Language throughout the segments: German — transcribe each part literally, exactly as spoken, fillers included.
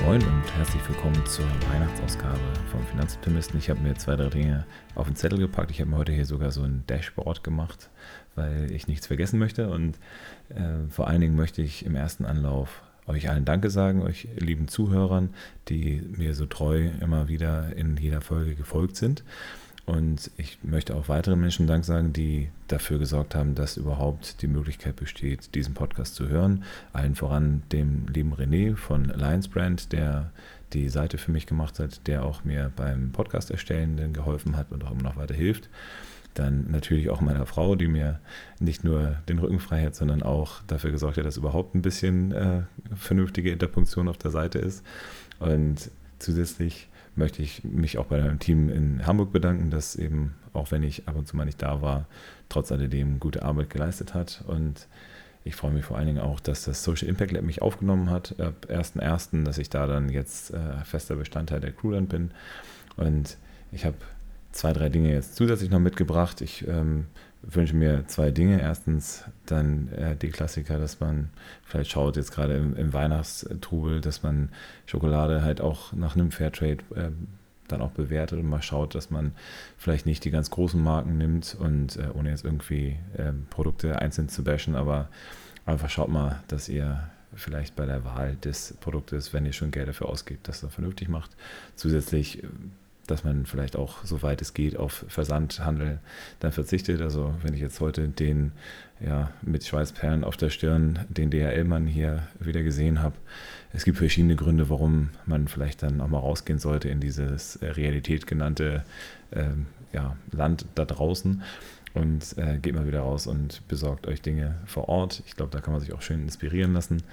Moin und herzlich willkommen zur Weihnachtsausgabe vom Finanzoptimisten. Ich habe mir zwei, drei Dinge auf den Zettel gepackt. Ich habe mir heute hier sogar so ein Dashboard gemacht, weil ich nichts vergessen möchte. Und äh, vor allen Dingen möchte ich im ersten Anlauf euch allen Danke sagen, euch lieben Zuhörern, die mir so treu immer wieder in jeder Folge gefolgt sind. Und ich möchte auch weiteren Menschen Dank sagen, die dafür gesorgt haben, dass überhaupt die Möglichkeit besteht, diesen Podcast zu hören. Allen voran dem lieben René von Lions Brand, der die Seite für mich gemacht hat, der auch mir beim Podcast erstellen geholfen hat und auch immer noch weiter hilft. Dann natürlich auch meiner Frau, die mir nicht nur den Rücken frei hält, sondern auch dafür gesorgt hat, dass überhaupt ein bisschen äh, vernünftige Interpunktion auf der Seite ist. Und zusätzlich möchte ich mich auch bei meinem Team in Hamburg bedanken, das eben, auch wenn ich ab und zu mal nicht da war, trotz alledem gute Arbeit geleistet hat. Und ich freue mich vor allen Dingen auch, dass das Social Impact Lab mich aufgenommen hat, ab ersten ersten, dass ich da dann jetzt äh, fester Bestandteil der Crew dann bin. Und ich habe zwei, drei Dinge jetzt zusätzlich noch mitgebracht. Ich ähm, wünsche mir zwei Dinge. Erstens dann äh, die Klassiker, dass man vielleicht schaut, jetzt gerade im, im Weihnachtstrubel, dass man Schokolade halt auch nach einem Fairtrade äh, dann auch bewertet und mal schaut, dass man vielleicht nicht die ganz großen Marken nimmt und äh, ohne jetzt irgendwie äh, Produkte einzeln zu bashen, aber einfach schaut mal, dass ihr vielleicht bei der Wahl des Produktes, wenn ihr schon Geld dafür ausgibt, das dann vernünftig macht. Zusätzlich dass man vielleicht auch, soweit es geht, auf Versandhandel dann verzichtet. Also wenn ich jetzt heute den, ja, mit Schweißperlen auf der Stirn, den D H L-Mann hier wieder gesehen habe, es gibt verschiedene Gründe, warum man vielleicht dann auch mal rausgehen sollte in dieses Realität genannte äh, ja, Land da draußen. Und äh, geht mal wieder raus und besorgt euch Dinge vor Ort. Ich glaube, da kann man sich auch schön inspirieren lassen.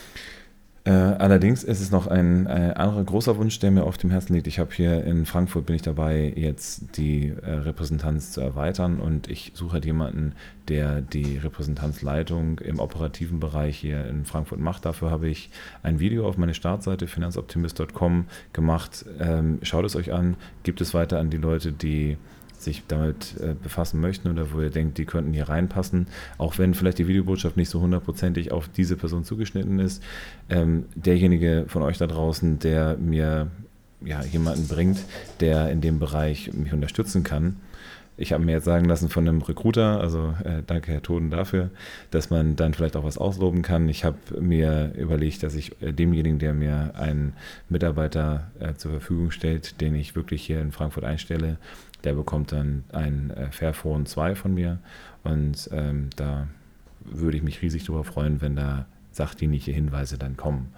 Äh, allerdings ist es noch ein, ein anderer großer Wunsch, der mir auf dem Herzen liegt. Ich habe hier in Frankfurt, bin ich dabei, jetzt die äh, Repräsentanz zu erweitern und ich suche halt jemanden, der die Repräsentanzleitung im operativen Bereich hier in Frankfurt macht. Dafür habe ich ein Video auf meine Startseite finanzoptimist punkt com gemacht. Ähm, schaut es euch an, gebt es weiter an die Leute, die sich damit äh, befassen möchten oder wo ihr denkt, die könnten hier reinpassen, auch wenn vielleicht die Videobotschaft nicht so hundertprozentig auf diese Person zugeschnitten ist. Ähm, derjenige von euch da draußen, der mir ja, jemanden bringt, der in dem Bereich mich unterstützen kann. Ich habe mir jetzt sagen lassen von einem Recruiter, also äh, danke Herr Toden dafür, dass man dann vielleicht auch was ausloben kann. Ich habe mir überlegt, dass ich äh, demjenigen, der mir einen Mitarbeiter äh, zur Verfügung stellt, den ich wirklich hier in Frankfurt einstelle, der bekommt dann ein äh, Fairphone zwei von mir und ähm, da würde ich mich riesig darüber freuen, wenn da sachdienliche Hinweise dann kommen.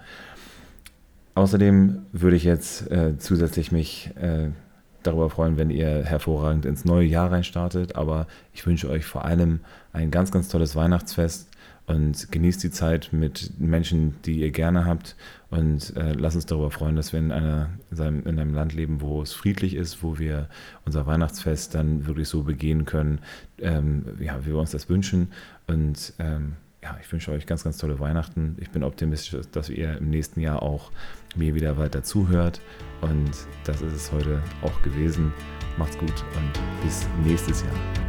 Außerdem würde ich jetzt äh, zusätzlich mich äh, darüber freuen, wenn ihr hervorragend ins neue Jahr reinstartet, aber ich wünsche euch vor allem ein ganz, ganz tolles Weihnachtsfest und genießt die Zeit mit Menschen, die ihr gerne habt und äh, lasst uns darüber freuen, dass wir in, einer, in einem Land leben, wo es friedlich ist, wo wir unser Weihnachtsfest dann wirklich so begehen können, ähm, ja, wie wir uns das wünschen und ähm, ja, ich wünsche euch ganz, ganz tolle Weihnachten. Ich bin optimistisch, dass ihr im nächsten Jahr auch mir wieder weiter zuhört und das ist es heute auch gewesen. Macht's gut und bis nächstes Jahr.